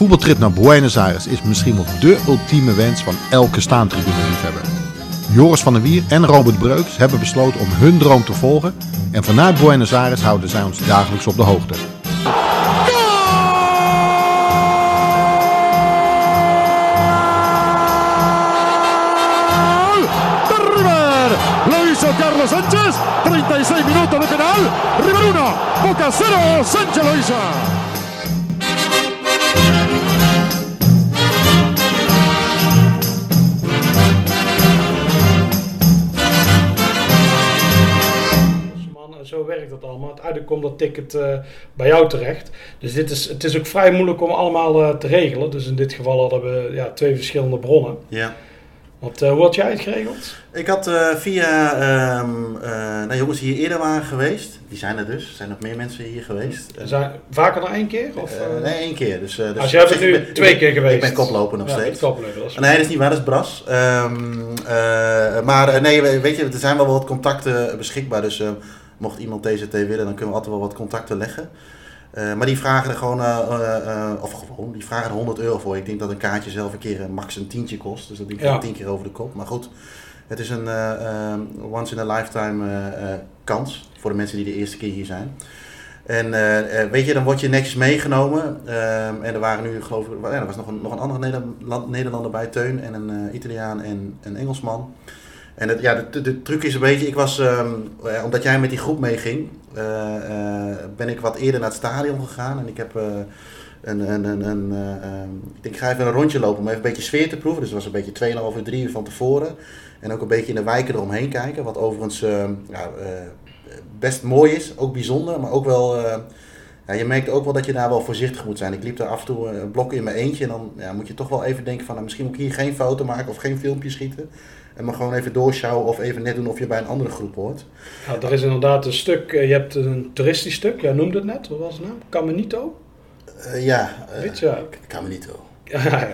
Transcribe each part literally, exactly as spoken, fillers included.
voetbaltrip naar Buenos Aires is misschien wel dé ultieme wens van elke staantribune-liefhebber. Joris van der Wier en Robert Breuks hebben besloten om hun droom te volgen en vanuit Buenos Aires houden zij ons dagelijks op de hoogte. Lo hizo Carlos Sánchez, treinta y seis minutos de penal, River uno, Boca cero, Sánchez lo hizo. Zo werkt dat allemaal. Uiteindelijk komt dat ticket uh, bij jou terecht. Dus dit is, het is ook vrij moeilijk om allemaal uh, te regelen. Dus in dit geval hadden we ja, twee verschillende bronnen. Ja. Want, uh, hoe had jij het geregeld? Ik had uh, via um, uh, nou, jongens die hier eerder waren geweest. Die zijn er dus. Er zijn nog meer mensen hier geweest. Er zijn vaker dan één keer? Of, uh, uh, nee, één keer. Dus, uh, dus als jij bent nu ben, twee ik, keer geweest. Ik ben koploper nog ja, steeds. Koploper, dat is nee, dat is niet waar. Dat is Bras. Um, uh, maar uh, nee, weet je, er zijn wel wat contacten beschikbaar. Dus uh, mocht iemand T Z T willen, dan kunnen we altijd wel wat contacten leggen. Uh, maar die vragen er gewoon, uh, uh, uh, of gewoon, die vragen er honderd euro voor. Ik denk dat een kaartje zelf een keer uh, max een tientje kost. Dus dat denk ik ja. tien keer over de kop. Maar goed, het is een uh, uh, once in a lifetime uh, uh, kans voor de mensen die de eerste keer hier zijn. En uh, uh, weet je, dan word je netjes meegenomen. Uh, en er waren nu, geloof ik, ja, er was nog een, nog een andere Nederland, Nederlander bij, Teun, en een uh, Italiaan en een Engelsman. En het, ja, de, de, de truc is een beetje, ik was, um, uh, omdat jij met die groep meeging, uh, uh, ben ik wat eerder naar het stadion gegaan. En ik heb uh, een, een, een, een uh, um, ik denk ik ga even een rondje lopen om even een beetje sfeer te proeven. Dus het was een beetje tweeënhalf uur, drie uur van tevoren. En ook een beetje in de wijken eromheen kijken. Wat overigens uh, ja, uh, best mooi is, ook bijzonder, maar ook wel... Uh, ja, je merkt ook wel dat je daar wel voorzichtig moet zijn. Ik liep daar af en toe een blok in mijn eentje en dan ja, moet je toch wel even denken van... Nou, misschien moet ik hier geen foto maken of geen filmpje schieten. En maar gewoon even doorschouwen of even net doen of je bij een andere groep hoort. Ja, er is inderdaad een stuk, je hebt een toeristisch stuk, jij noemde het net, wat was het nou? Caminito? Uh, ja, uh, Weet je? Caminito. Ja,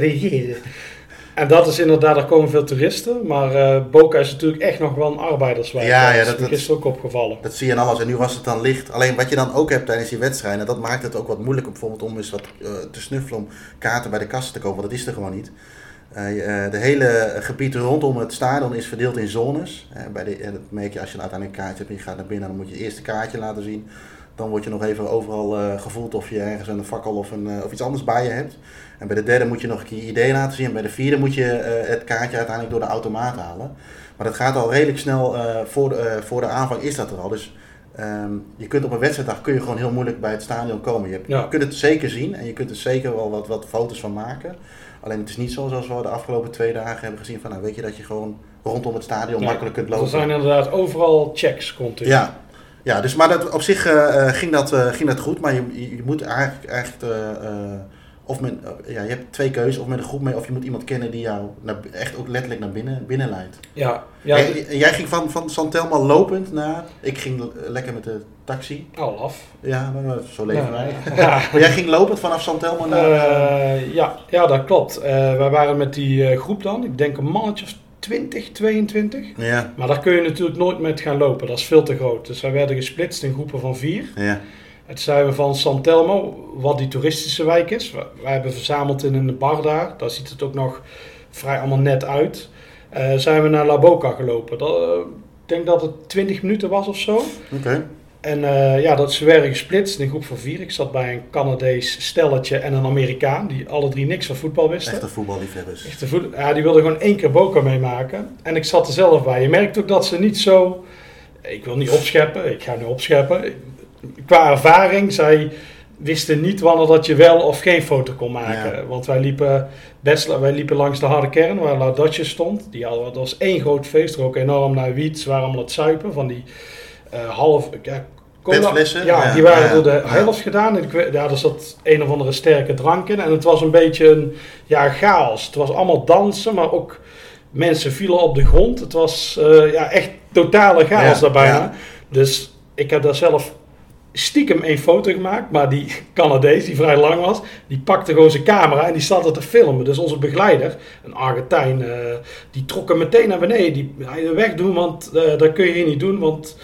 en dat is inderdaad, er komen veel toeristen, maar uh, Boca is natuurlijk echt nog wel een arbeiderswijk. Ja, ja, dat, dat, dat is gisteren ook opgevallen. Dat zie je aan alles en nu was het dan licht. Alleen wat je dan ook hebt tijdens die wedstrijden, dat maakt het ook wat moeilijker bijvoorbeeld om eens wat uh, te snuffelen om kaarten bij de kassen te kopen, want dat is er gewoon niet. Uh, uh, de hele gebied rondom het stadion is verdeeld in zones. Uh, bij de, uh, dat merk je als je uiteindelijk een kaartje hebt en je gaat naar binnen, dan moet je het eerste kaartje laten zien. Dan word je nog even overal uh, gevoeld of je ergens een fakkel of, een, uh, of iets anders bij je hebt. En bij de derde moet je nog een keer je idee laten zien. En bij de vierde moet je uh, het kaartje uiteindelijk door de automaat halen. Maar dat gaat al redelijk snel, uh, voor, de, uh, voor de aanvang is dat er al. Dus um, je kunt op een wedstrijddag kun je gewoon heel moeilijk bij het stadion komen. Je, hebt, ja. je kunt het zeker zien en je kunt er zeker wel wat, wat foto's van maken. Alleen het is niet zo zoals we de afgelopen twee dagen hebben gezien van nou weet je dat je gewoon rondom het stadion ja, makkelijk kunt lopen. Er zijn inderdaad overal checks continu. Ja, ja dus maar dat, op zich uh, ging, dat, uh, ging dat goed, maar je, je moet eigenlijk, eigenlijk uh, uh, of men, uh, ja, je hebt twee keuzes, of met een groep mee of je moet iemand kennen die jou naar, echt ook letterlijk naar binnen, binnen leidt. Ja. ja en, en jij ging van, van San Telmo lopend naar, ik ging lekker met de taxi. Al af. Ja, maar zo leven ja, wij. Ja. Maar jij ging lopend vanaf San Telmo naar... Uh, ja, ja, dat klopt. Uh, wij waren met die uh, groep dan, ik denk een mannetje of twintig, tweeëntwintig. Ja. Maar daar kun je natuurlijk nooit met gaan lopen, dat is veel te groot. Dus wij werden gesplitst in groepen van vier. Ja. Het zijn we van San Telmo, wat die toeristische wijk is. Wij hebben verzameld in een bar daar, daar ziet het ook nog vrij allemaal net uit. Uh, zijn we naar La Boca gelopen. Dat, uh, ik denk dat het twintig minuten was of zo. Oké. Okay. En uh, ja, dat ze werden gesplitst in groep van vier. Ik zat bij een Canadees stelletje en een Amerikaan, die alle drie niks van voetbal wisten. Echte voetballiefhebbers. Echte voet- ja, die wilden gewoon één keer Boca meemaken. En ik zat er zelf bij. Je merkt ook dat ze niet zo... Ik wil niet opscheppen, ik ga nu opscheppen. Qua ervaring, zij wisten niet wanneer dat je wel of geen foto kon maken. Ja. Want wij liepen, best, wij liepen langs de harde kern waar La Dodge stond. Die hadden, dat was één groot feest, er ook enorm naar wiet. Ze waren allemaal het zuipen van die uh, half... Ja, petflessen? Ja, ja, die waren ja, door de ja. helft gedaan. En ik, ja, er zat een of andere sterke drank in. En het was een beetje een ja, chaos. Het was allemaal dansen, maar ook mensen vielen op de grond. Het was uh, ja, echt totale chaos ja, daar bijna. Ja. Dus ik heb daar zelf stiekem één foto gemaakt. Maar die Canadees, die vrij lang was, die pakte gewoon zijn camera en die zat er te filmen. Dus onze begeleider, een Argentijn, uh, die trok hem meteen naar beneden. Die hij wegdoen, want uh, dat kun je hier niet doen, want...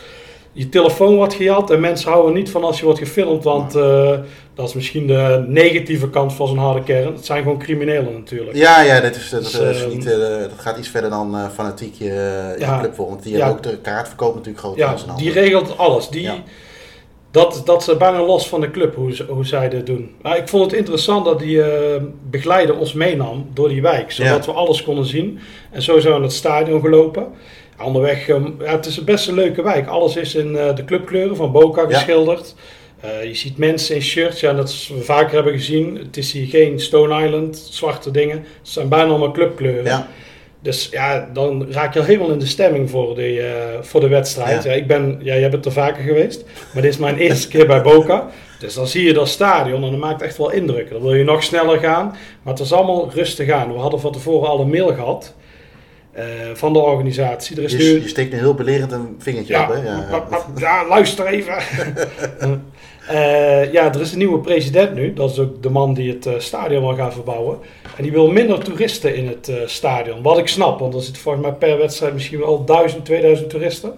je telefoon wordt gejat en mensen houden niet van als je wordt gefilmd, want uh, dat is misschien de negatieve kant van zo'n harde kern. Het zijn gewoon criminelen natuurlijk. Ja, ja dat, is, dat, dus, is niet, uh, dat gaat iets verder dan uh, fanatiek je, je ja, club voor, want die ja, hebben ook de kaartverkoop natuurlijk groot. Ja, die regelt alles. Die, ja. dat, dat is bijna los van de club, hoe, hoe zij dit doen. Maar ik vond het interessant dat die uh, begeleider ons meenam door die wijk, zodat ja. we alles konden zien. En zo zijn we naar het stadion gelopen. Onderweg, um, ja, het is een best een leuke wijk. Alles is in uh, de clubkleuren van Boca geschilderd. Ja. Uh, je ziet mensen in shirts, ja, dat we vaker hebben gezien. Het is hier geen Stone Island, zwarte dingen. Het zijn bijna allemaal clubkleuren. Ja. Dus ja, dan raak je al helemaal in de stemming voor de, uh, voor de wedstrijd. Ja. Ja, ik ben, ja, jij bent er vaker geweest, maar dit is mijn eerste keer bij Boca. Dus dan zie je dat stadion en dat maakt echt wel indruk. Dan wil je nog sneller gaan, maar het is allemaal rustig aan. We hadden van tevoren al een mail gehad. Uh, van de organisatie. Er is je, nu... je steekt nu heel belerend een vingertje ja, op, hè? Ja, ja. ja luister even. uh, ja, er is een nieuwe president nu. Dat is ook de man die het uh, stadion wil gaan verbouwen. En die wil minder toeristen in het uh, stadion. Wat ik snap, want er zitten volgens mij per wedstrijd misschien wel duizend, tweeduizend toeristen.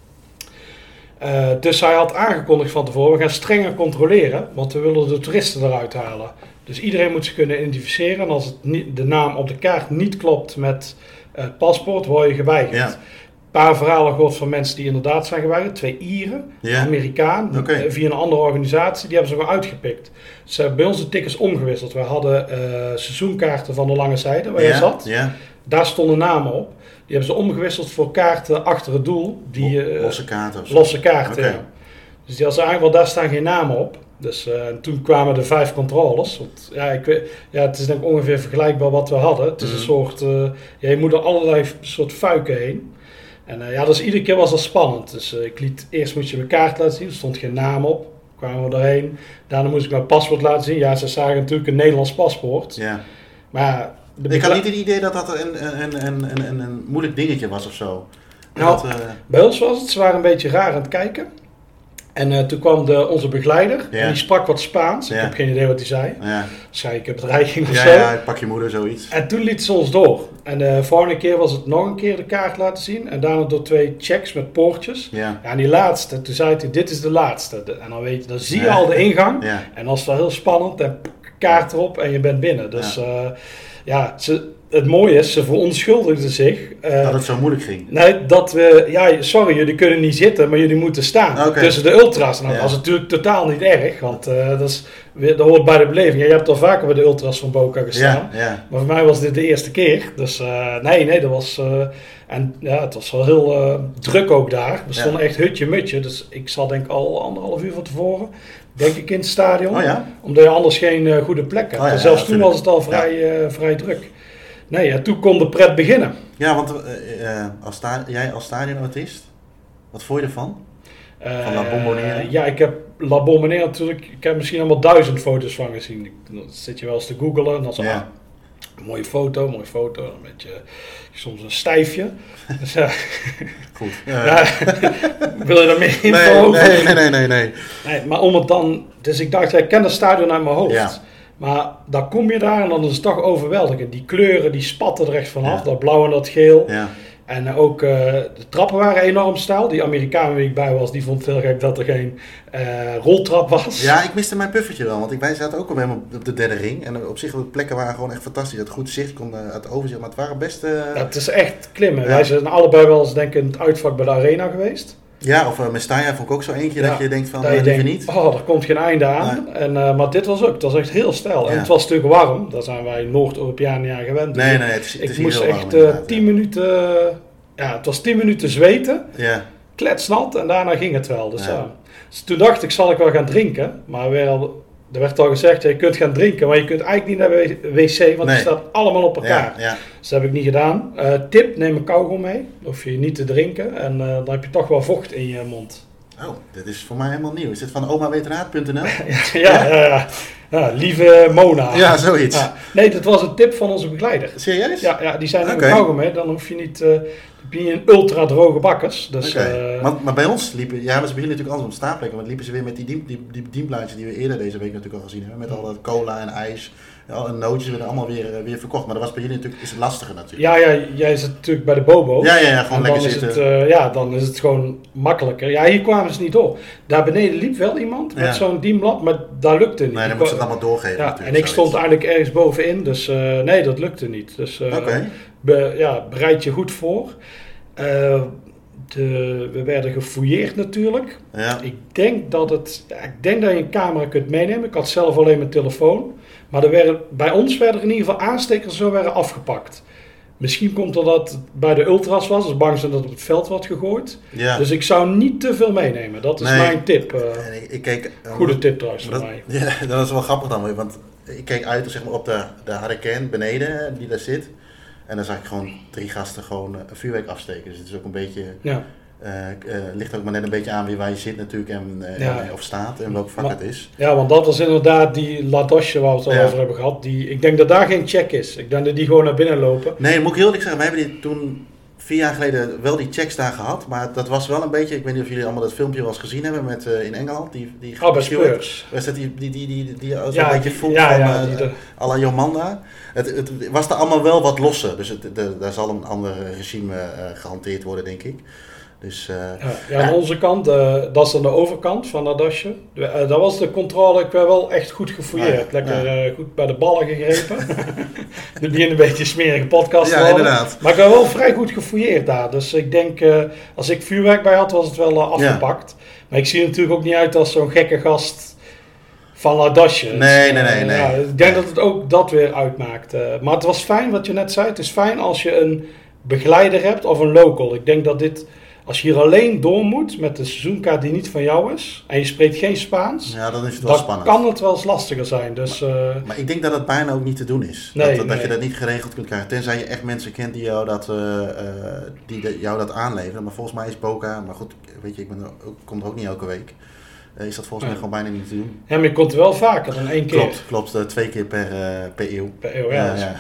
Uh, dus hij had aangekondigd van tevoren, we gaan strenger controleren, want we willen de toeristen eruit halen. Dus iedereen moet zich kunnen identificeren. En als het niet, de naam op de kaart niet klopt met het uh, paspoort, word je geweigerd. Ja. Een paar verhalen gehoord van mensen die inderdaad zijn geweigerd. Twee Ieren, ja. Amerikaan, okay. via een andere organisatie, die hebben ze gewoon uitgepikt. Ze hebben bij ons de tickets omgewisseld. We hadden uh, seizoenkaarten van de lange zijde, waar ja. je zat. Ja. Daar stonden namen op. Die hebben ze omgewisseld voor kaarten achter het doel. Die, uh, losse kaarten of zo. Losse kaarten, okay. ja. Dus die hadden ze eigenlijk wel, daar staan geen namen op. Dus uh, toen kwamen er vijf controles. Want, ja, ik weet, ja, het is denk ik ongeveer vergelijkbaar wat we hadden. Het is mm-hmm. een soort, uh, ja, je moet er allerlei soort fuiken heen. En uh, ja, dus iedere keer was dat spannend. Dus uh, ik liet, eerst moest je mijn kaart laten zien, er stond geen naam op. Kwamen we erheen. Daarna moest ik mijn paspoort laten zien. Ja, ze zagen natuurlijk een Nederlands paspoort. Ja. Maar ik had niet het idee dat dat een, een, een, een, een, een moeilijk dingetje was of zo. Nou, dat, uh... bij ons was het, ze waren een beetje raar aan het kijken. En uh, toen kwam de, onze begeleider ja. en die sprak wat Spaans. Ik ja. heb geen idee wat hij zei. Ja. Waarschijnlijk een bedreiging of ja, zo. Ja, pak je moeder, zoiets. En toen liet ze ons door. En de volgende keer was het nog een keer de kaart laten zien. En daarna door twee checks met poortjes. Ja. Ja, en die laatste, toen zei hij, dit is de laatste. En dan weet je, dan zie je ja. al de ingang. Ja. En dan is het wel heel spannend. En kaart erop en je bent binnen. Dus ja, uh, ja ze... Het mooie is, ze verontschuldigden zich. Uh, dat het zo moeilijk ging? Nee, dat we... Ja, sorry, jullie kunnen niet zitten, maar jullie moeten staan. Okay. Tussen de ultras. Nou, ja. Dat is natuurlijk totaal niet erg, want uh, dat, is, dat hoort bij de beleving. Ja, je hebt al vaker bij de ultras van Boca gestaan. Ja, ja. Maar voor mij was dit de eerste keer. Dus uh, nee, nee, dat was... Uh, en ja, het was wel heel uh, druk ook daar. We stonden ja. echt hutje-mutje. Dus ik zat denk ik al anderhalf uur van tevoren. Denk ik in het stadion. Oh, ja? Omdat je anders geen uh, goede plek hebt. Oh, ja, zelfs ja, toen was het al vrij, ja. uh, vrij druk. Nee, ja, toen kon de pret beginnen. Ja, want uh, uh, als sta- jij als stadionartiest, wat vond je ervan? Uh, van La Bombonera? Ja, ik heb La Bombonera natuurlijk, ik heb misschien allemaal duizend foto's van gezien. Dan zit je wel eens te googlen en dan zo, ja. ah, mooie foto, mooie foto, een beetje, soms een stijfje. Dus, uh, Goed. Uh, ja, wil je daar meer info nee, over? Nee, nee, nee, nee, nee. Nee, maar om het dan, dus ik dacht, ik ken het stadion uit mijn hoofd. Ja. Maar dan kom je daar en dan is het toch overweldigend. Die kleuren die spatten er echt vanaf. Ja. Dat blauw en dat geel. Ja. En ook uh, de trappen waren enorm stijl. Die Amerikaan waar ik bij was, die vond het heel gek dat er geen uh, roltrap was. Ja, ik miste mijn puffertje wel. Want ik, wij zaten ook al helemaal op de derde ring. En op zich, de plekken waren gewoon echt fantastisch. Het goed zicht kon uh, uit overzicht. Maar het waren best... Uh... Ja, het is echt klimmen. Ja. Wij zijn allebei wel eens denk ik in het uitvak bij de arena geweest. Ja, of uh, Mestalla vond ik ook zo eentje ja, dat je denkt van, dat je uh, denkt, niet. Oh, er komt geen einde aan. Nee. En, uh, maar dit was ook, het was echt heel stijl. Ja. En het was natuurlijk warm, daar zijn wij Noord-Europeanen aan gewend. Dus nee, nee, het is, het ik is moest heel echt warm, uh, tien minuten, uh, ja, het was tien minuten zweten, ja. kletsnat en daarna ging het wel. Dus, ja. Uh, dus toen dacht ik, zal ik wel gaan drinken, maar wel... Er werd al gezegd, ja, je kunt gaan drinken, maar je kunt eigenlijk niet naar de wc, want nee. het staat allemaal op elkaar. Ja, ja. Dus dat heb ik niet gedaan. Uh, tip, neem een kauwgom mee, hoef je niet te drinken en uh, dan heb je toch wel vocht in je mond. Oh, dit is voor mij helemaal nieuw. Is dit van oma weet raad punt n l? ja, ja, ja, ja. ja, lieve Mona. Ja, zoiets. Ja. Nee, dat was een tip van onze begeleider. Serieus? Ja, ja die zei, neem okay. een kauwgom mee, dan hoef je niet... Uh, heb je een ultra droge bakkers. Dus, okay. uh, maar, maar bij ons liepen, ja, maar ze beginnen natuurlijk anders op stapelplekken, want liepen ze weer met die, diem, die, die dienblaadjes die we eerder deze week natuurlijk al gezien hebben, met al dat cola en ijs, alle nootjes werden allemaal weer, uh, weer verkocht. Maar dat was bij jullie natuurlijk is het lastiger natuurlijk. Ja, ja, jij zit natuurlijk bij de Bobo. Ja, ja, ja, gewoon en lekker dan is zitten. Het, uh, ja, dan is het gewoon makkelijker. Ja, hier kwamen ze niet door. Daar beneden liep wel iemand met Ja. zo'n dienblad, maar dat lukte niet. Nee, dan Ik moet ze wa- het allemaal doorgeven ja, natuurlijk. en ik stond zoiets. eigenlijk ergens bovenin, dus uh, nee, dat lukte niet. Dus uh, Oké. be, ja, bereid je goed voor. Uh, de, we werden gefouilleerd natuurlijk. Ja. Ik denk dat het, ja, ik denk dat je een camera kunt meenemen. Ik had zelf alleen mijn telefoon. Maar er werden, bij ons werden er in ieder geval aanstekers zo werden afgepakt. Misschien komt er dat het bij de ultras was, dus bang zijn dat het op het veld wordt gegooid. Ja. Dus ik zou niet te veel meenemen. Dat is Nee. mijn tip. Uh, En ik, ik keek, goede tip trouwens dat, voor mij. Ja, dat is wel grappig dan weer, want ik keek uit zeg maar, op de, de harde kern beneden die daar zit. En dan zag ik gewoon drie gasten gewoon uh, een vuurwerk afsteken. Dus het is ook een beetje, Ja. uh, uh, ligt ook maar net een beetje aan wie waar je zit natuurlijk en, uh, Ja. en of staat en welk vak Maar- het is. ja, want dat was inderdaad die La Doche waar we het al Ja. over hebben gehad. Die, ik denk dat daar geen check is. Ik denk dat die gewoon naar binnen lopen. Nee, moet ik heel eerlijk zeggen, we hebben die toen vier jaar geleden wel die checks daar gehad. Maar dat was wel een beetje, ik weet niet of jullie allemaal dat filmpje wel eens gezien hebben met, uh, in Engeland. Die, die Oh, bij steward. Spurs. Was dat die, die, die, die, die, die zo Ja, een beetje die- voelt ja, van ja, uh, die de- à la Jomanda. Het, het was er allemaal wel wat losser. Dus het, de, daar zal een ander regime uh, gehanteerd worden, denk ik. Dus, uh, Ja, ja, aan onze kant, uh, dat is aan de overkant van dat dasje. Uh, dat was de controle, ik werd wel echt goed gefouilleerd. Ah, ja. Lekker Ja. uh, goed bij de ballen gegrepen. Nu begint een beetje een smerige podcast te ja, worden. inderdaad. Maar ik werd wel vrij goed gefouilleerd daar. Dus ik denk, uh, als ik vuurwerk bij had, was het wel uh, afgepakt. Maar ik zie er natuurlijk ook niet uit als zo'n gekke gast van La Dasje. Nee, nee, nee, nee. Ja, ik denk dat het ook dat weer uitmaakt. Uh, maar het was fijn, wat je net zei. Het is fijn als je een begeleider hebt of een local. Ik denk dat dit, als je hier alleen door moet met een seizoenkaart die niet van jou is en je spreekt geen Spaans, Ja, dan is het wel dan spannend. kan het wel eens lastiger zijn. Dus, uh, Maar ik denk dat het bijna ook niet te doen is. Nee, dat, dat nee. je dat niet geregeld kunt krijgen. Tenzij je echt mensen kent die jou dat, uh, uh, die de, jou dat aanleveren. Maar volgens mij is Boca, maar goed, weet je, ik ben er ook, kom er ook niet elke week. Uh, is dat volgens mij Ja. gewoon bijna niet te doen. ja, maar je komt er wel vaker dan één keer Klopt, klopt. Uh, twee keer per, uh, per eeuw. per eeuw. Ja, Ja, dat is- ja.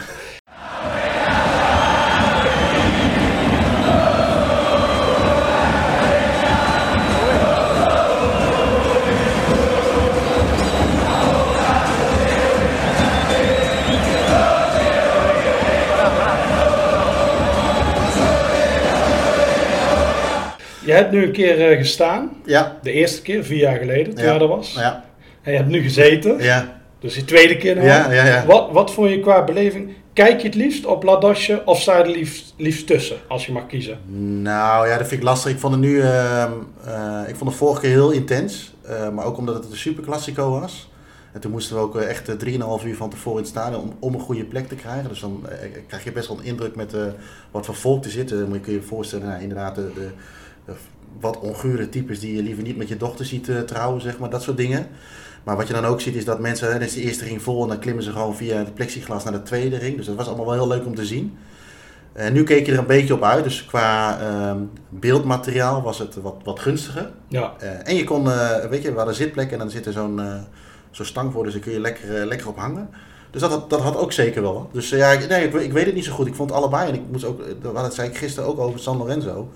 Je hebt nu een keer uh, gestaan. Ja, De eerste keer, vier jaar geleden, toen Ja. jij er was. ja, En je hebt nu gezeten. ja, Dus die tweede keer nou. ja, ja, ja. Wat, wat vond je qua beleving? Kijk je het liefst op La Dasje of sta je er liefst, liefst tussen, als je mag kiezen? Nou ja, dat vind ik lastig. Ik vond het nu, uh, uh, ik vond de vorige keer heel intens. Uh, maar ook omdat het een super classico was. En toen moesten we ook uh, echt drieënhalf uur van tevoren in het stadion om, om een goede plek te krijgen. Dus dan uh, krijg je best wel een indruk met uh, wat voor volk er zit. Dan kun je je voorstellen, nou, inderdaad, de, de, de wat ongure types die je liever niet met je dochter ziet uh, trouwen, zeg maar, dat soort dingen. Maar wat je dan ook ziet is dat mensen, hè, dus de eerste ring vol en dan klimmen ze gewoon via het plexiglas naar de tweede ring. Dus dat was allemaal wel heel leuk om te zien. En nu keek je er een beetje op uit, dus qua um, beeldmateriaal was het wat, wat gunstiger. Ja. Uh, en je kon, uh, weet je, we hadden zitplek en dan zit er zo'n uh, zo'n stang voor, dus daar kun je lekker, uh, lekker op hangen. Dus dat had, dat had ook zeker wel wat. Dus uh, ja, ik, nee, ik, ik weet het niet zo goed. Ik vond het allebei en ik moest ook, dat zei ik gisteren ook over San Lorenzo.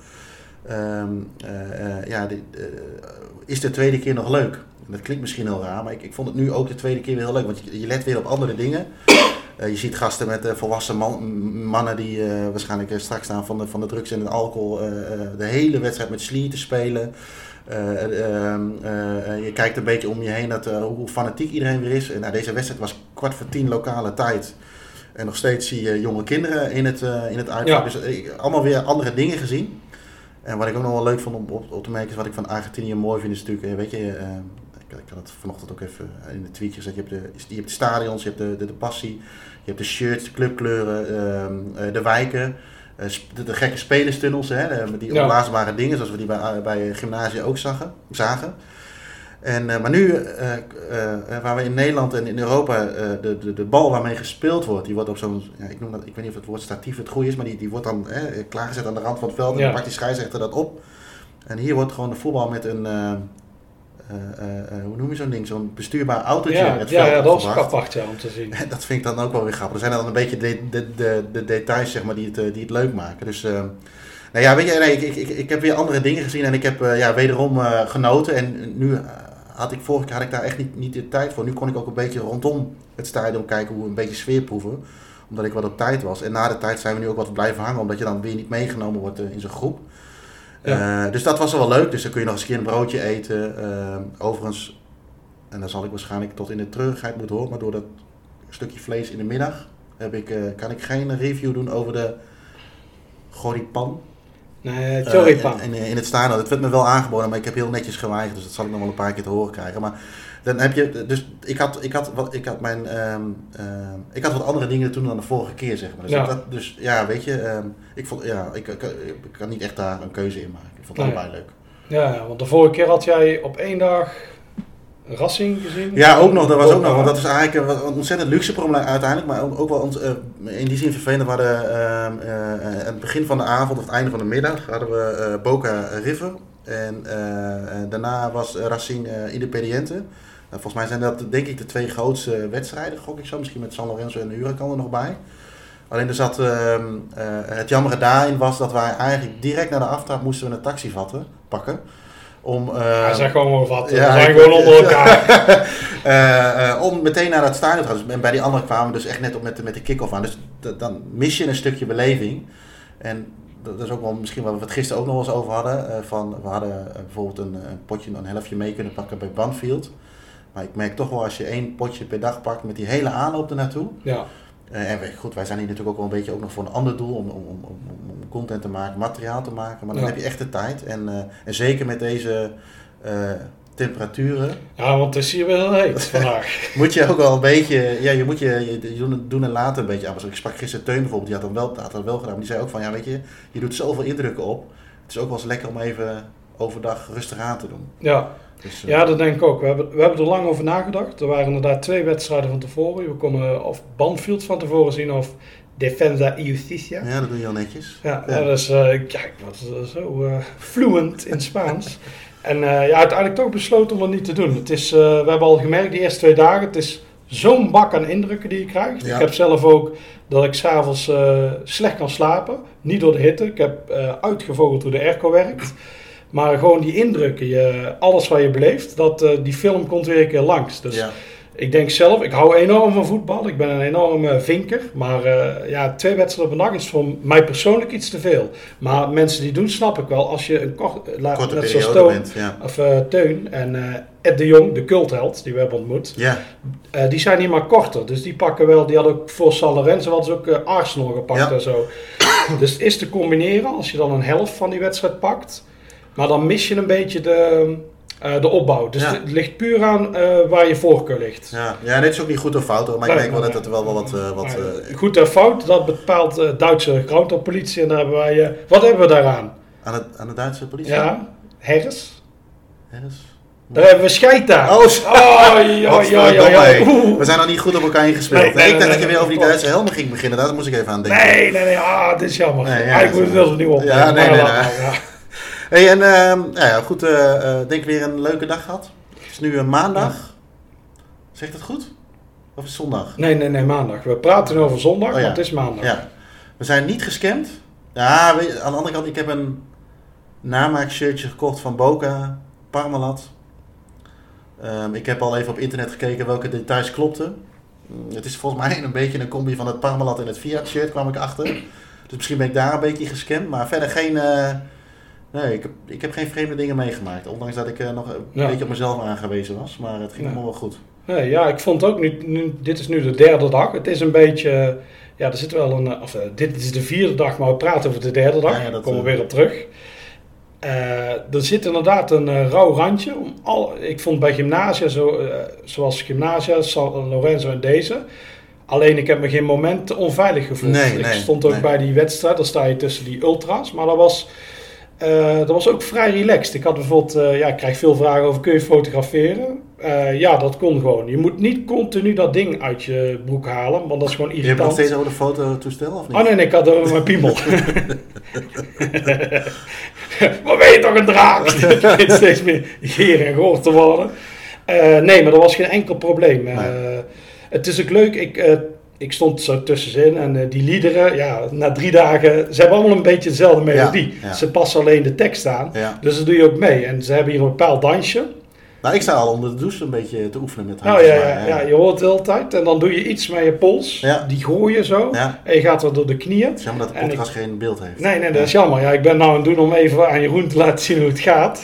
Um, uh, uh, ja, dit, uh, is de tweede keer nog leuk? Dat klinkt misschien heel raar, maar ik, ik vond het nu ook de tweede keer weer heel leuk. Want je, je let weer op andere dingen. Uh, je ziet gasten met uh, volwassen man, mannen die uh, waarschijnlijk uh, straks staan van de, van de drugs en het alcohol. Uh, uh, de hele wedstrijd met slier te spelen. Uh, uh, uh, uh, je kijkt een beetje om je heen dat, uh, hoe fanatiek iedereen weer is. En, uh, deze wedstrijd was kwart voor tien lokale tijd. En nog steeds zie je jonge kinderen in het, uh, in het uitvak. Ja. Dus uh, allemaal weer andere dingen gezien. En wat ik ook nog wel leuk vond om op, op te merken is wat ik van Argentinië mooi vind is natuurlijk, weet je, uh, ik, ik had het vanochtend ook even in de tweetjes, dat je hebt de, je hebt de stadions, je hebt de, de, de passie, je hebt de shirts, de clubkleuren, uh, de wijken, uh, de, de gekke spelerstunnels, hè, de, die Ja. opblaasbare dingen zoals we die bij, bij gymnasia ook zagen. zagen. En, uh, maar nu, uh, uh, waar we in Nederland en in Europa uh, de, de, de bal waarmee gespeeld wordt, die wordt op zo'n, ja, ik noem dat, ik weet niet of het woord statief het goede is, maar die, die wordt dan eh, klaargezet aan de rand van het veld en Ja. dan pakt die scheidsrechter dat op. En hier wordt gewoon de voetbal met een, uh, uh, uh, hoe noem je zo'n ding, zo'n bestuurbaar autootje Ja, het ja, veld ja, dat was opgebracht. apart ja, om te zien. En dat vind ik dan ook wel weer grappig. Er zijn dan een beetje de, de, de, de details zeg maar, die, het, die het leuk maken. Dus, uh, nou ja, weet je, nee, ik, ik, ik, ik heb weer andere dingen gezien en ik heb uh, ja, wederom uh, genoten. En nu uh, had ik vorige keer had ik daar echt niet, niet de tijd voor. Nu kon ik ook een beetje rondom het stadion kijken hoe we een beetje sfeer proeven. Omdat ik wat op tijd was. En na de tijd zijn we nu ook wat blijven hangen. Omdat je dan weer niet meegenomen wordt uh, in zo'n groep. Ja. Uh, dus dat was wel leuk. Dus dan kun je nog eens een keer een broodje eten. Uh, overigens, en dan zal ik waarschijnlijk tot in de treurigheid moeten horen. Maar door dat stukje vlees in de middag heb ik, uh, kan ik geen review doen over de choripan. Nee, choripan. Uh, in, in, in het stadion. Het werd me wel aangeboden, maar ik heb heel netjes geweigerd. Dus dat zal ik nog wel een paar keer te horen krijgen. Maar dan heb je, dus ik had, ik had, wat, ik had mijn, um, uh, ik had wat andere dingen toen dan de vorige keer, zeg maar. Dus, ja. ik, dat, dus ja, weet je, um, ik vond, ja, ik, ik, ik kan niet echt daar een keuze in maken. Ik vond het nee. allebei leuk. Ja, want de vorige keer had jij op één dag Racing gezien? Ja, ook nog, dat was ook, ook nog, want dat is eigenlijk een, een ontzettend luxe probleem uiteindelijk, maar ook, ook wel ont, uh, in die zin vervelend. We hadden uh, uh, aan het begin van de avond of het einde van de middag hadden we uh, Boca River en uh, uh, daarna was Racing uh, Independiente. Uh, volgens mij zijn dat denk ik de twee grootste wedstrijden, gok ik zo, misschien met San Lorenzo en de Huracan er nog bij. Alleen er zat, uh, uh, het jammere daarin was dat wij eigenlijk direct na de aftrap moesten we een taxi vatten, pakken. Om, uh, Hij zei gewoon wel wat, ja, we zijn gewoon onder elkaar. uh, uh, om meteen naar dat stadion te gaan. Dus, en bij die andere kwamen we dus echt net op met de, met de kick-off aan. Dus d- dan mis je een stukje beleving. En dat is ook wel misschien waar we het gisteren ook nog wel eens over hadden. Uh, van, we hadden uh, bijvoorbeeld een, een potje, een helftje mee kunnen pakken bij Banfield. Maar ik merk toch wel als je één potje per dag pakt met die hele aanloop ernaartoe. Ja. Uh, en goed, wij zijn hier natuurlijk ook wel een beetje ook nog voor een ander doel, om, om, om, om content te maken, materiaal te maken, maar dan ja. heb je echt de tijd. En, uh, en zeker met deze uh, temperaturen. Ja, want het is hier wel heel heet vandaag. Moet je ook wel een beetje, ja, je moet je, je doen, doen en laten een beetje aan. Ik sprak gisteren Teun bijvoorbeeld, die had dat wel, had dat wel gedaan, maar die zei ook van, ja weet je, je doet zoveel indrukken op. Het is ook wel eens lekker om even overdag rustig aan te doen. Ja. Dus, uh, ja, dat denk ik ook. We hebben, we hebben er lang over nagedacht. Er waren inderdaad twee wedstrijden van tevoren. We konden of Banfield van tevoren zien of Defensa y Justicia. Ja, dat doe je al netjes. Ja, ja. ja dus uh, ik, ja, ik was zo uh, fluent in Spaans. En uh, ja, uiteindelijk toch besloten om het niet te doen. Het is, uh, we hebben al gemerkt die eerste twee dagen, het is zo'n bak aan indrukken die je krijgt. Ja. Ik heb zelf ook dat ik s'avonds uh, slecht kan slapen. Niet door de hitte. Ik heb uh, uitgevogeld hoe de airco werkt. Maar gewoon die indrukken, je, alles wat je beleeft, dat, uh, die film komt weer een keer langs. Dus ja. Ik denk zelf, ik hou enorm van voetbal. Ik ben een enorme vinker. Maar uh, ja, twee wedstrijden op een dag is voor mij persoonlijk iets te veel. Maar mensen die doen, snap ik wel. Als je een kort, la, korte net periode zoals Toon, bent. Ja. Of uh, Teun en uh, Ed de Jong, de cultheld die we hebben ontmoet. Ja. Uh, die zijn niet maar korter. Dus die pakken wel, die hadden ook voor San Lorenzo hadden ze ook uh, Arsenal gepakt ja. en zo. Dus het is te combineren als je dan een helft van die wedstrijd pakt. Maar dan mis je een beetje de, uh, de opbouw. Dus ja. het ligt puur aan uh, waar je voorkeur ligt. Ja, ja, en dit is ook niet goed of fout, maar ik denk wel dat het wel, wel wat... Uh, wat uh, goed of fout, dat bepaalt de uh, Duitse grondpolitie. En daar hebben wij... Uh, wat hebben we daaraan? Aan, het, aan de Duitse politie? Ja, Hers. Hers? Daar hebben we scheid aan. Oh, oh ja, ja, ja, ja. We zijn nog niet goed op elkaar ingespeeld. Nee, nee, nee, ik dacht nee, dat je weer over die Duitse helmen ging beginnen. Daar moest ik even aan denken. Nee, nee, nee. Ah, dit is jammer. Nee, ja, ah, ik moet het wel opnieuw op. Ja, nee, nee, nee. Ja. Hey, en uh, ja, goed, uh, uh, denk weer een leuke dag gehad. Het is nu een maandag. Ja. Zegt het goed? Of is het zondag? Nee, nee, nee, maandag. We praten over zondag, oh, ja. maar het is maandag. Ja. We zijn niet gescamd. Ja, weet je, aan de andere kant, ik heb een namaakshirtje gekocht van Boca, Parmalat. Um, ik heb al even op internet gekeken welke details klopten. Um, het is volgens mij een beetje een combi van het Parmalat en het Fiat shirt, kwam ik achter. Dus misschien ben ik daar een beetje gescamd, maar verder geen... Uh, Nee, ik heb, ik heb geen vreemde dingen meegemaakt. Ondanks dat ik uh, nog een ja. beetje op mezelf aangewezen was. Maar het ging ja. allemaal wel goed. Nee, ja, ik vond ook nu, nu... Dit is nu de derde dag. Het is een beetje... Ja, er zit wel een... Of, uh, dit is de vierde dag, maar we praten over de derde dag. Ja, ja, daar komen we weer op terug. Uh, er zit inderdaad een uh, rauw randje. Om al, ik vond bij gymnasia, zo, uh, zoals gymnasia, San Lorenzo en deze... Alleen ik heb me geen moment onveilig gevoeld. Nee, ik nee, stond ook nee. bij die wedstrijd. Dan sta je tussen die ultras. Maar dat was... Uh, dat was ook vrij relaxed. Ik had bijvoorbeeld, uh, ja, ik krijg veel vragen over, kun je fotograferen? Uh, ja, dat kon gewoon. Je moet niet continu dat ding uit je broek halen, want dat is gewoon irritant. Je hebt nog steeds over de fototoestel of niet? Oh nee, nee, ik had over mijn piemel. Maar ben je toch een draak? Het begint steeds meer geer en goor te worden. Uh, nee, maar dat was geen enkel probleem. Uh, nee. Het is ook leuk, ik... Uh, Ik stond zo tussenin en uh, die liederen, ja, na drie dagen, ze hebben allemaal een beetje dezelfde melodie. Ja, ja. Ze passen alleen de tekst aan, ja. Dus dat doe je ook mee. En ze hebben hier een bepaald dansje. Nou, ik sta al onder de douche een beetje te oefenen met Nou handjes. ja, ja, ja, je hoort het de hele tijd. En dan doe je iets met je pols. Ja. Die gooi je zo. Ja. En je gaat er door de knieën. Het is jammer dat de En podcast geen beeld heeft. Nee, nee, dat is jammer. Ja, ik ben nou aan het doen om even aan Jeroen te laten zien hoe het gaat.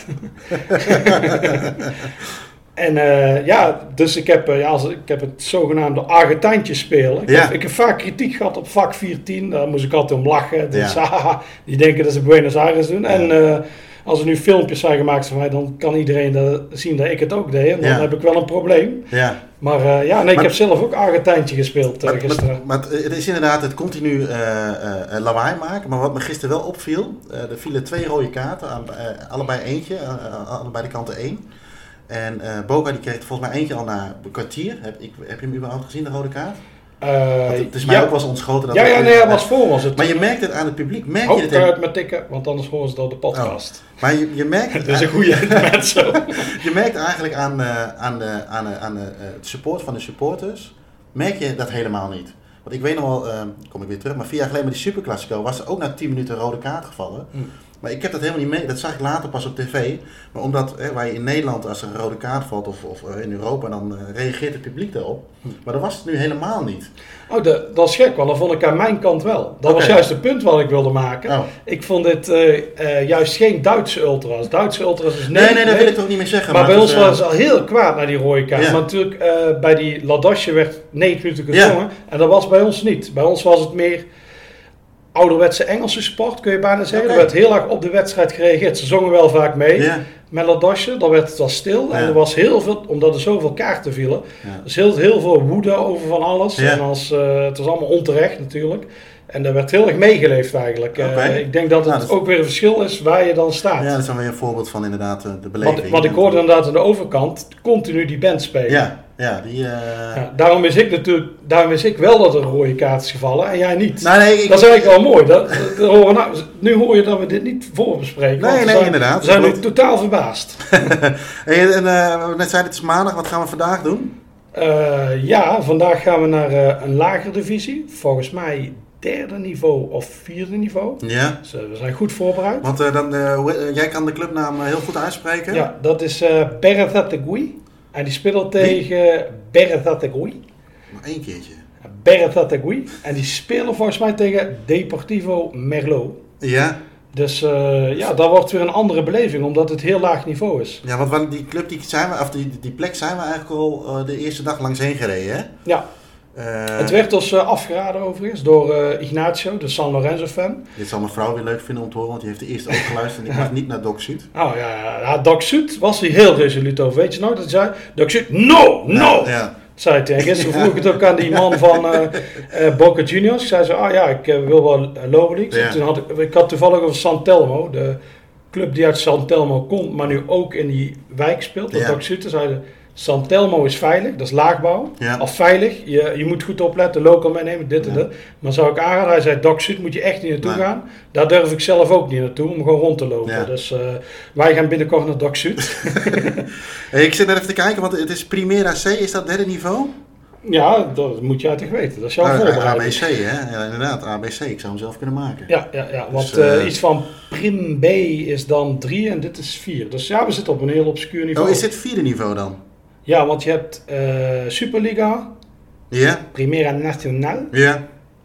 En uh, ja, dus ik heb, uh, ja, ik heb het zogenaamde Argentijntje spelen. Ik, Ja. heb, ik heb vaak kritiek gehad op vak vier tien. Daar moest ik altijd om lachen. Dus Ja. haha, die denken dat ze Buenos Aires doen. Ja. En uh, als er nu filmpjes zijn gemaakt van mij, dan kan iedereen dat zien dat ik het ook deed. En dan Ja. heb ik wel een probleem. Ja. Maar uh, ja, nee, ik Maar- heb zelf ook Argentijntje gespeeld uh, Maar, gisteren. maar, maar het is inderdaad het continu uh, uh, lawaai maken. Maar wat me gisteren wel opviel, uh, er vielen twee rode kaarten, aan, uh, allebei eentje, uh, allebei de kanten één. En uh, Boca die kreeg volgens mij eentje al na een kwartier. Heb, ik, heb je hem überhaupt gezien, de rode kaart? Uh, Want het is mij ja. ook wel eens ontschoten. Dat Ja, het- ja, nee, dat was voor ons. Het, Maar je merkt het aan het publiek. Merk je het hoofd in- uit met tikken, want anders horen ze door de podcast. Maar je, je merkt het Dat is een goede met zo. Je merkt eigenlijk aan, uh, aan, de, aan, de, aan de, uh, het support van de supporters, merk je dat helemaal niet. Want ik weet nog wel, uh, kom ik weer terug, maar vier jaar geleden met die Superclásico was er ook na tien minuten een rode kaart gevallen. Mm. Maar ik heb dat helemaal niet mee, dat zag ik later pas op tv. Maar omdat, hè, waar je in Nederland als er een rode kaart valt of, of uh, in Europa, dan uh, reageert het publiek daarop. Maar dat was het nu helemaal niet. Oh, de, dat is gek, want dat vond ik aan mijn kant wel. Dat Oké. was juist het punt wat ik wilde maken. Oh. Ik vond dit uh, uh, juist geen Duitse ultras. Duitse ultras is Nee, nee, nee, dat wil ik toch niet meer zeggen. Maar bij het ons is, uh, was het al heel kwaad naar die rode kaart. Ja. Maar natuurlijk, uh, bij die Ladasje werd negen minuten gezongen. Ja. En dat was bij ons niet. Bij ons was het meer ouderwetse Engelse sport, kun je bijna zeggen. Oké. Er werd heel erg op de wedstrijd gereageerd. Ze zongen wel vaak mee. Ja. Met Ladasje, dan werd het wel stil. En Ja. er was heel veel, omdat er zoveel kaarten vielen. Ja. Dus heel, heel veel woede over van alles. Ja. En als, uh, het was allemaal onterecht natuurlijk. En daar werd heel erg meegeleefd eigenlijk. Uh, Oké. ik denk dat het Nou, dat is- ook weer een verschil is waar je dan staat. Ja, dat is dan weer een voorbeeld van inderdaad uh, de beleving. want, want ik hoorde inderdaad aan de overkant continu die band spelen. Ja, ja, die... Uh... Ja, daarom wist ik natuurlijk, daarom wist ik wel dat er een rode kaart is gevallen en jij niet. Nou, nee, ik... Dat is eigenlijk wel mooi. Dat, dat horen we nou, nu hoor je dat we dit niet voorbespreken. Nee, want we nee, zijn, inderdaad. We zijn nu Klopt. totaal verbaasd. Hey, en, uh, net zeiden het is maandag, wat gaan we vandaag doen? Uh, ja, vandaag gaan we naar uh, een lagere divisie. Volgens mij derde niveau of vierde niveau. Ja. Dus uh, we zijn goed voorbereid. Want uh, dan, uh, hoe, uh, jij kan de clubnaam uh, heel goed uitspreken. Ja, dat is uh, Berrethategui. En die spelen tegen Berrethategui. Nog één keertje. Berrethategui. En die spelen volgens mij tegen Deportivo Merlo. Ja. Dus uh, ja, dat wordt weer een andere beleving, omdat het heel laag niveau is. Ja, want want die club, die, zijn we, of die, die plek zijn we eigenlijk al uh, de eerste dag langs heen gereden, hè? Ja, Uh, het werd ons uh, afgeraden overigens door uh, Ignacio, de San Lorenzo fan. Dit zal mijn vrouw weer leuk vinden om te horen, want die heeft de eerste ook geluisterd en ik mag niet naar Doc Zuid. Oh ja, ja, ja, Doc Zuid was hij heel resoluut over. Weet je nou, dat zei Doc Zuid, no, no! Ja, ja. Zei hij. En gisteren vroeg ik het ook aan die man van uh, uh, Boca Juniors. Ik zei zo, ah ja, ik uh, wil wel uh, Lower League. Ja. Toen had ik, ik had toevallig over San Telmo, de club die uit San Telmo komt, maar nu ook in die wijk speelt. Dat Ja. Doc Zuid zei, San Telmo is veilig, dat is laagbouw. Ja. Of veilig, je, je moet goed opletten, local meenemen, dit en Ja. dat. Maar zou ik aanraden, hij zei, Doc Zuid moet je echt niet naartoe Nee. gaan. Daar durf ik zelf ook niet naartoe, om gewoon rond te lopen. Ja. Dus uh, wij gaan binnenkort naar Doc Zuid. Hey, ik zit net even te kijken, want het is Primera C, is dat derde niveau? Ja, dat moet jij toch weten. Dat is jouw Nou, A B voorbereiding. C, hè? Ja, inderdaad, A B C. Ik zou hem zelf kunnen maken. Ja, ja, ja, want Dus, eh, eh, iets van Prim B is dan drie en dit is vier. Dus ja, we zitten op een heel obscuur niveau. Oh, is dit vierde niveau dan? Ja, want je hebt eh, Superliga, Ja? Primera Nacional, Ja?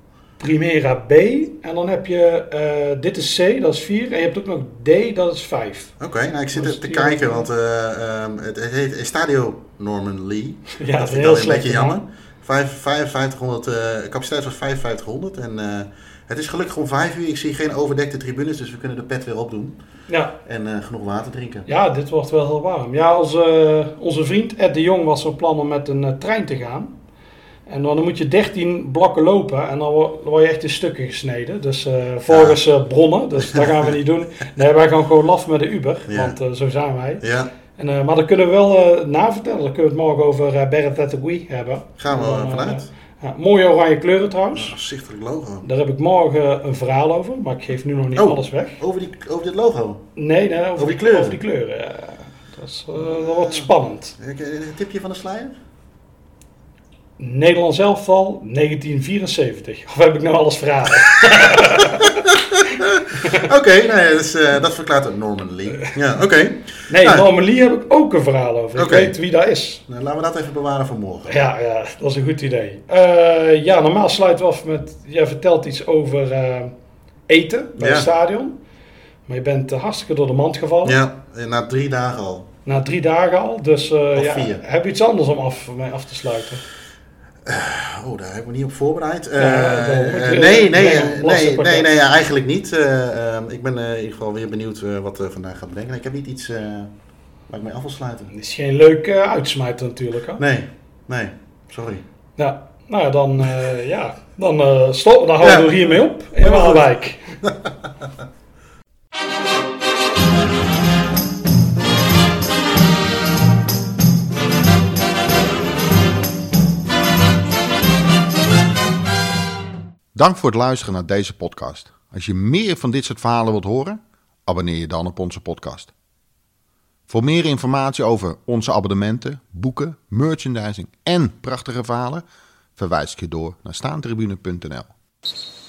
Primera B en dan heb je, eh, dit is C, dat is vier en je hebt ook nog D, dat is vijf. Oké, nou ik zit Dus er te die kijken, ook- want uh, um, het, het heet Estadio Norman Lee. Ja, dat vind ik heel dan een slecht beetje jammer. Vijf- vijfenvijftighonderd, uh, capaciteit van vijfenvijftighonderd en uh, het is gelukkig om vijf uur. Ik zie geen overdekte tribunes, dus we kunnen de pet weer opdoen Ja, en uh, genoeg water drinken. ja, dit wordt wel heel warm. Ja, onze, onze vriend Ed de Jong was van plan om met een uh, trein te gaan. En dan moet je dertien blokken lopen en dan word, dan word je echt in stukken gesneden. Dus uh, volgens uh, bronnen, dus dat gaan we niet doen. Nee, wij gaan gewoon laf met de Uber, Ja. want uh, zo zijn wij. Ja, En, uh, maar dan kunnen we wel uh, navertellen, dan kunnen we het morgen over uh, Berrethategui hebben. gaan we En uh, dan, uh, vanuit. ja, mooie oranje kleuren trouwens. Afzichtelijk logo. Daar heb ik morgen een verhaal over, maar ik geef nu nog niet Oh. alles weg. Over, die, over dit logo. Nee, nee, over, Over die kleuren? Over die kleuren, ja. Dat, is, uh, dat wordt spannend. Een tipje van de sluier? Nederlands elftal negentien vierenzeventig. Of heb ik nou alles verraden? Oké, okay, nee, dus, uh, dat verklaart ook Norman Lee. Ja, oké. Okay. Nee, nou, Norman Lee heb ik ook een verhaal over. Ik okay. weet wie dat is. Nou, laten we dat even bewaren voor morgen. Ja, ja, dat is een goed idee. Uh, ja, normaal sluiten we af met... Jij vertelt iets over uh, eten bij ja. het stadion. Maar je bent uh, hartstikke door de mand gevallen. Ja, na drie dagen al. Na drie dagen al. Dus uh, ja, vier. heb je iets anders om af, mij af te sluiten? Uh, oh, daar heb ik me niet op voorbereid. Uh, ja, uh, nee, nee, nee, nee, nee, nee, eigenlijk niet. Uh, uh, ik ben uh, in ieder geval weer benieuwd uh, wat er vandaag gaat brengen. Ik heb niet iets uh, waar ik mee af wil sluiten. Het is geen leuk uh, uitsmijter natuurlijk. Hè? Nee, nee, sorry. Ja, nou ja, dan, uh, ja, dan uh, stoppen. Dan houden ja. we hiermee op in ja, Waalwijk. Dank voor het luisteren naar deze podcast. Als je meer van dit soort verhalen wilt horen, abonneer je dan op onze podcast. Voor meer informatie over onze abonnementen, boeken, merchandising en prachtige verhalen, verwijs ik je door naar staantribune punt n l.